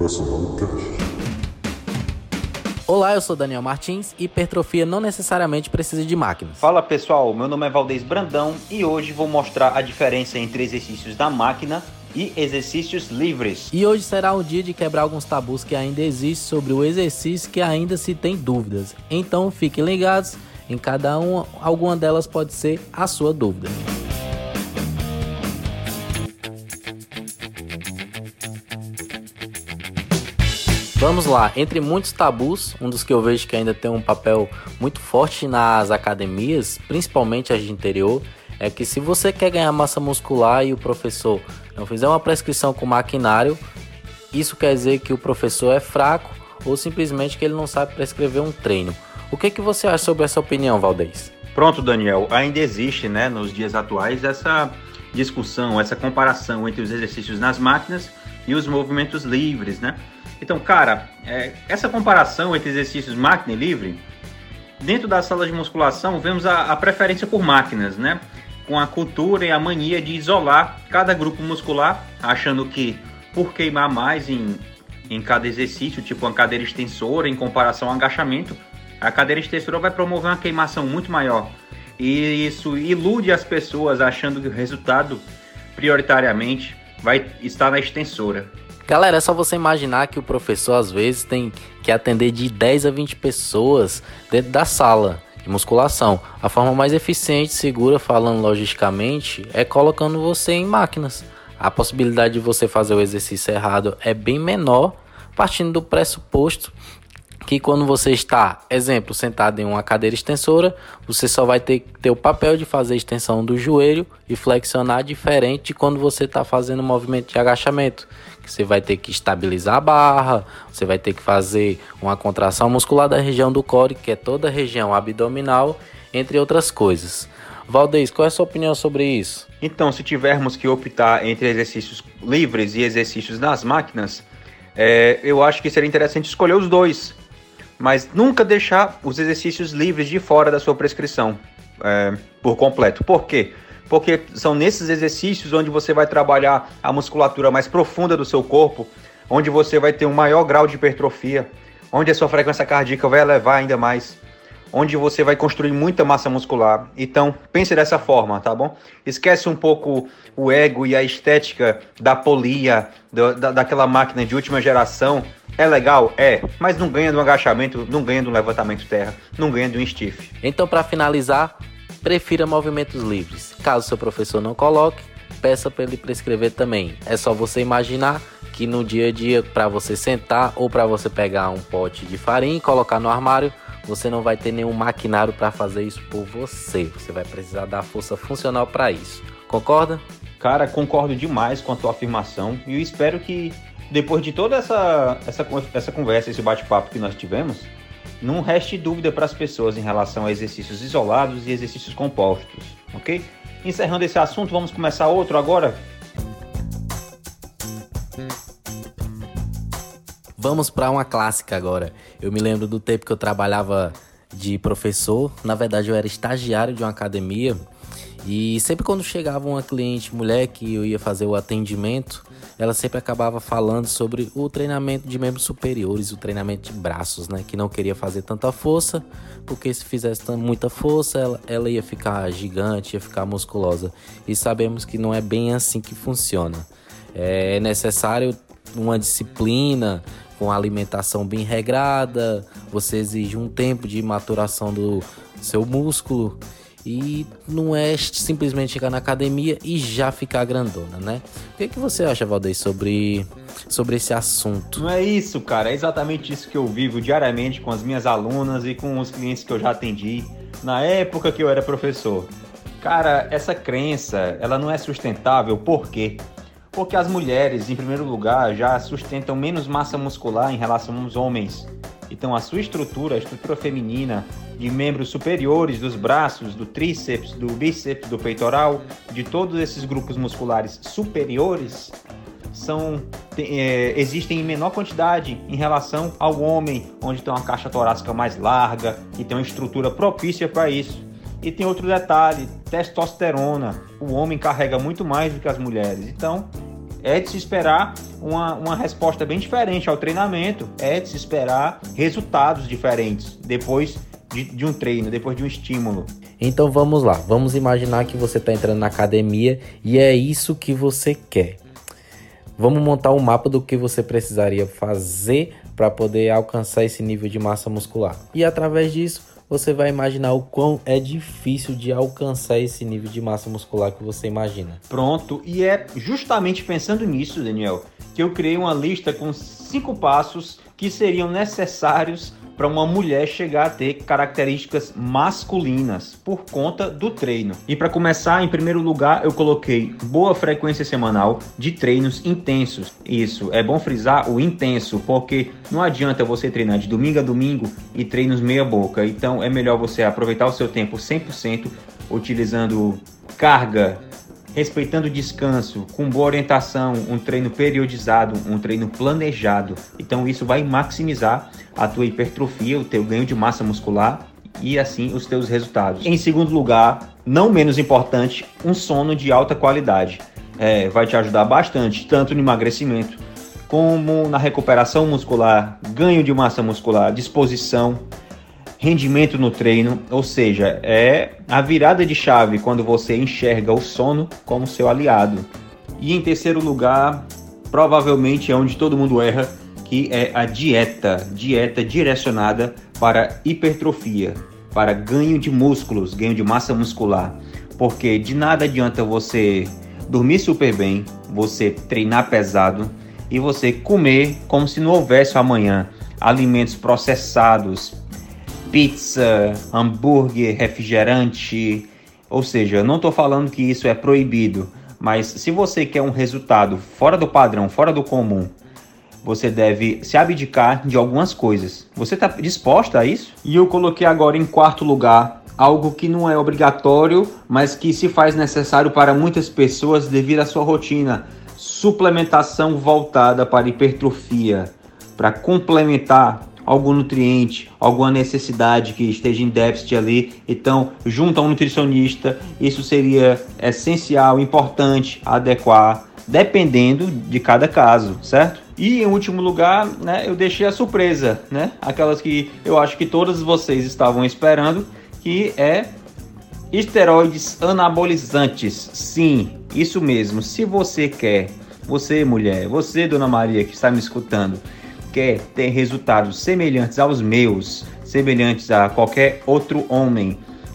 Personal Cast. Olá, eu sou Daniel Martins e hipertrofia não necessariamente precisa de máquinas. Fala pessoal, meu nome é Valdez Brandão e hoje vou mostrar a diferença entre exercícios da máquina e exercícios livres. E hoje será um dia de quebrar alguns tabus que ainda existem sobre o exercício que ainda se tem dúvidas. Então fiquem ligados, em cada uma, alguma delas pode ser a sua dúvida. Vamos lá, entre muitos tabus, um dos que eu vejo que ainda tem um papel muito forte nas academias, principalmente as de interior, é que se você quer ganhar massa muscular e o professor não fizer uma prescrição com maquinário, isso quer dizer que o professor é fraco ou simplesmente que ele não sabe prescrever um treino. O que você acha sobre essa opinião, Valdez? Pronto, Daniel, ainda existe, nos dias atuais, essa discussão, essa comparação entre os exercícios nas máquinas e os movimentos livres, Então, cara, essa comparação entre exercícios máquina e livre, dentro das salas de musculação, vemos a preferência por máquinas, com a cultura e a mania de isolar cada grupo muscular, achando que por queimar mais em cada exercício, tipo uma cadeira extensora em comparação ao agachamento, a cadeira extensora vai promover uma queimação muito maior. E isso ilude as pessoas achando que o resultado, prioritariamente, vai estar na extensora. Galera, é só você imaginar que o professor às vezes tem que atender de 10 a 20 pessoas dentro da sala de musculação. A forma mais eficiente e segura, falando logisticamente, é colocando você em máquinas. A possibilidade de você fazer o exercício errado é bem menor, partindo do pressuposto que quando você está, exemplo, sentado em uma cadeira extensora, você só vai ter que ter o papel de fazer a extensão do joelho e flexionar diferente de quando você está fazendo o movimento de agachamento. Você vai ter que estabilizar a barra, você vai ter que fazer uma contração muscular da região do core, que é toda a região abdominal, entre outras coisas. Valdez, qual é a sua opinião sobre isso? Então, se tivermos que optar entre exercícios livres e exercícios nas máquinas, eu acho que seria interessante escolher os dois, mas nunca deixar os exercícios livres de fora da sua prescrição por completo. Por quê? Porque são nesses exercícios onde você vai trabalhar a musculatura mais profunda do seu corpo, onde você vai ter um maior grau de hipertrofia, onde a sua frequência cardíaca vai elevar ainda mais, onde você vai construir muita massa muscular. Então, pense dessa forma, tá bom? Esquece um pouco o ego e a estética da polia, daquela máquina de última geração. É legal? Mas não ganha de um agachamento, não ganha de um levantamento terra, não ganha de um stiff. Então, para finalizar, prefira movimentos livres. Caso seu professor não coloque, peça para ele prescrever também. É só você imaginar que no dia a dia, para você sentar ou para você pegar um pote de farinha e colocar no armário, você não vai ter nenhum maquinário para fazer isso por você. Você vai precisar dar força funcional para isso. Concorda? Cara, concordo demais com a tua afirmação e eu espero que depois de toda essa conversa, esse bate-papo que nós tivemos, não reste dúvida para as pessoas em relação a exercícios isolados e exercícios compostos, ok? Encerrando esse assunto, vamos começar outro agora? Vamos para uma clássica agora. Eu me lembro do tempo que eu trabalhava de professor. Na verdade, eu era estagiário de uma academia. E sempre quando chegava uma cliente mulher que eu ia fazer o atendimento, ela sempre acabava falando sobre o treinamento de membros superiores, o treinamento de braços, que não queria fazer tanta força, porque se fizesse muita força, ela ia ficar gigante, ia ficar musculosa. E sabemos que não é bem assim que funciona. É necessário uma disciplina, com alimentação bem regrada, você exige um tempo de maturação do seu músculo. E não é simplesmente chegar na academia e já ficar grandona, O que você acha, Valdez, sobre esse assunto? Não é isso, cara. É exatamente isso que eu vivo diariamente com as minhas alunas e com os clientes que eu já atendi na época que eu era professor. Cara, essa crença, ela não é sustentável. Por quê? Porque as mulheres, em primeiro lugar, já sustentam menos massa muscular em relação aos homens. Então, a estrutura feminina de membros superiores dos braços, do tríceps, do bíceps, do peitoral, de todos esses grupos musculares superiores, existem em menor quantidade em relação ao homem, onde tem uma caixa torácica mais larga e tem uma estrutura propícia para isso. E tem outro detalhe, testosterona. O homem carrega muito mais do que as mulheres. Então, É de se esperar uma resposta bem diferente ao treinamento, é de se esperar resultados diferentes depois de um treino, depois de um estímulo. Então vamos lá, vamos imaginar que você está entrando na academia e é isso que você quer. Vamos montar um mapa do que você precisaria fazer para poder alcançar esse nível de massa muscular. E através disso, você vai imaginar o quão é difícil de alcançar esse nível de massa muscular que você imagina. Pronto, e é justamente pensando nisso, Daniel, que eu criei uma lista com 5 passos que seriam necessários para uma mulher chegar a ter características masculinas por conta do treino. E para começar, em primeiro lugar, eu coloquei boa frequência semanal de treinos intensos. Isso, é bom frisar o intenso, porque não adianta você treinar de domingo a domingo e treinos meia boca. Então é melhor você aproveitar o seu tempo 100%, utilizando carga, respeitando o descanso, com boa orientação, um treino periodizado, um treino planejado. Então isso vai maximizar a tua hipertrofia, o teu ganho de massa muscular e assim os teus resultados. Em segundo lugar, não menos importante, um sono de alta qualidade. Vai te ajudar bastante, tanto no emagrecimento, como na recuperação muscular, ganho de massa muscular, disposição, rendimento no treino, ou seja, é a virada de chave quando você enxerga o sono como seu aliado. E em terceiro lugar, provavelmente é onde todo mundo erra, que é a dieta direcionada para hipertrofia, para ganho de músculos, ganho de massa muscular, porque de nada adianta você dormir super bem, você treinar pesado e você comer como se não houvesse amanhã, alimentos processados, pizza, hambúrguer, refrigerante, ou seja, eu não estou falando que isso é proibido, mas se você quer um resultado fora do padrão, fora do comum, você deve se abdicar de algumas coisas. Você está disposta a isso? E eu coloquei agora em quarto lugar algo que não é obrigatório, mas que se faz necessário para muitas pessoas devido à sua rotina: suplementação voltada para hipertrofia, para complementar algum nutriente, alguma necessidade que esteja em déficit ali. Então, junto a um nutricionista, isso seria essencial, importante, adequar, dependendo de cada caso, certo? E em último lugar, né, eu deixei a surpresa, né? Aquelas que eu acho que todos vocês estavam esperando, que é esteroides anabolizantes. Sim, isso mesmo. Se você quer, você mulher, você Dona Maria que está me escutando, quer ter resultados semelhantes aos meus, semelhantes a qualquer outro homem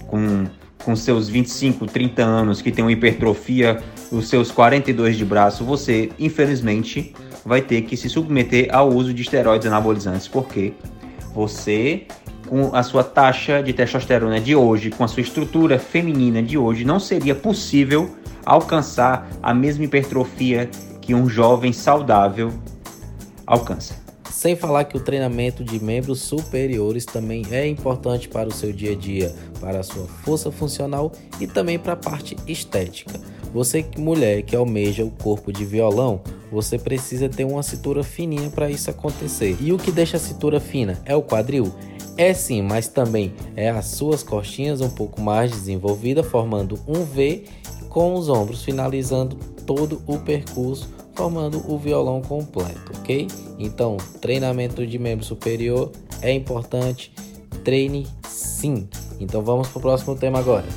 com seus 25, 30 anos, que tem uma hipertrofia, os seus 42 de braço, você, infelizmente, vai ter que se submeter ao uso de esteroides anabolizantes, porque você, com a sua taxa de testosterona de hoje, com a sua estrutura feminina de hoje, não seria possível alcançar a mesma hipertrofia que um jovem saudável alcança. Sem falar que o treinamento de membros superiores também é importante para o seu dia a dia, para a sua força funcional e também para a parte estética. Você, mulher que almeja o corpo de violão, você precisa ter uma cintura fininha para isso acontecer. E o que deixa a cintura fina é o quadril? É sim, mas também é as suas costinhas um pouco mais desenvolvidas, formando um V, com os ombros finalizando todo o percurso, formando o violão completo, ok? Então, treinamento de membro superior é importante, treine sim. Então vamos para o próximo tema agora.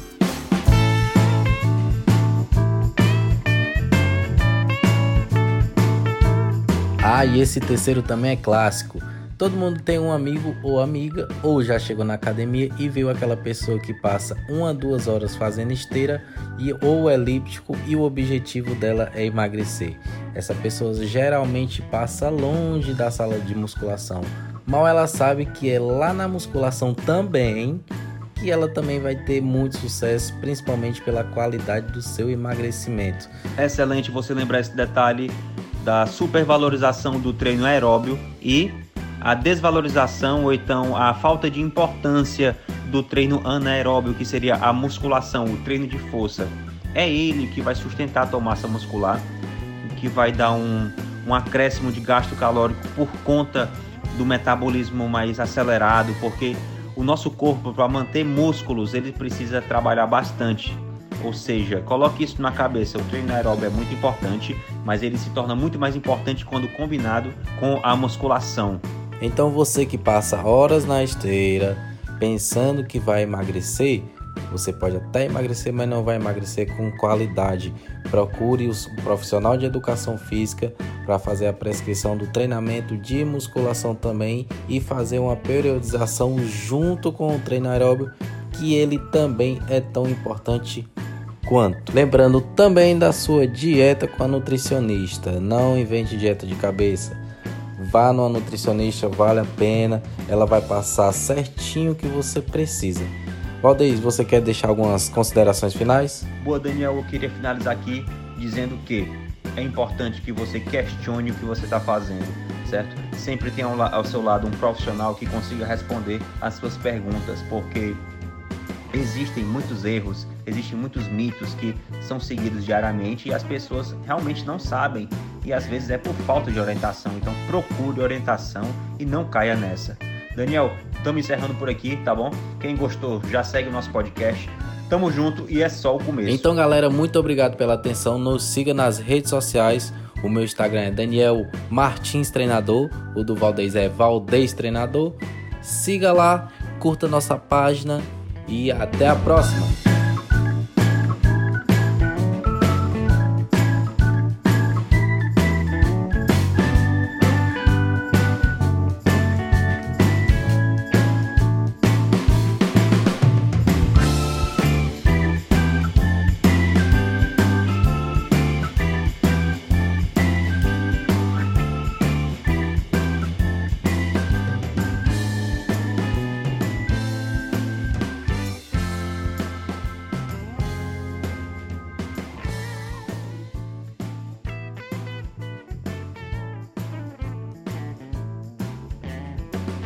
E esse terceiro também é clássico. Todo mundo tem um amigo ou amiga, ou já chegou na academia e viu aquela pessoa que passa 1 a 2 horas fazendo esteira ou elíptico e o objetivo dela é emagrecer. Essa pessoa geralmente passa longe da sala de musculação. Mal ela sabe que é lá na musculação também que ela também vai ter muito sucesso, principalmente pela qualidade do seu emagrecimento. Excelente você lembrar esse detalhe da supervalorização do treino aeróbio e a desvalorização ou então a falta de importância do treino anaeróbio, que seria a musculação, o treino de força. É ele que vai sustentar a tua massa muscular, que vai dar um acréscimo de gasto calórico por conta do metabolismo mais acelerado, porque o nosso corpo, para manter músculos, ele precisa trabalhar bastante. Ou seja, coloque isso na cabeça, o treino aeróbio é muito importante, mas ele se torna muito mais importante quando combinado com a musculação. Então você que passa horas na esteira pensando que vai emagrecer, você pode até emagrecer, mas não vai emagrecer com qualidade. Procure um profissional de educação física para fazer a prescrição do treinamento de musculação também e fazer uma periodização junto com o treino aeróbio, que ele também é tão importante quanto. Lembrando também da sua dieta com a nutricionista. Não invente dieta de cabeça. Vá numa nutricionista, vale a pena. Ela vai passar certinho o que você precisa. Valdeir, você quer deixar algumas considerações finais? Boa, Daniel, eu queria finalizar aqui dizendo que é importante que você questione o que você está fazendo, certo? Sempre tenha ao seu lado um profissional que consiga responder as suas perguntas, porque existem muitos erros, existem muitos mitos que são seguidos diariamente e as pessoas realmente não sabem e às vezes é por falta de orientação. Então procure orientação e não caia nessa. Daniel, estamos encerrando por aqui, tá bom? Quem gostou já segue o nosso podcast. Tamo junto e é só o começo. Então, galera, muito obrigado pela atenção. Nos siga nas redes sociais. O meu Instagram é Daniel Martins Treinador. O do Valdez é Valdez Treinador. Siga lá, curta nossa página e até a próxima.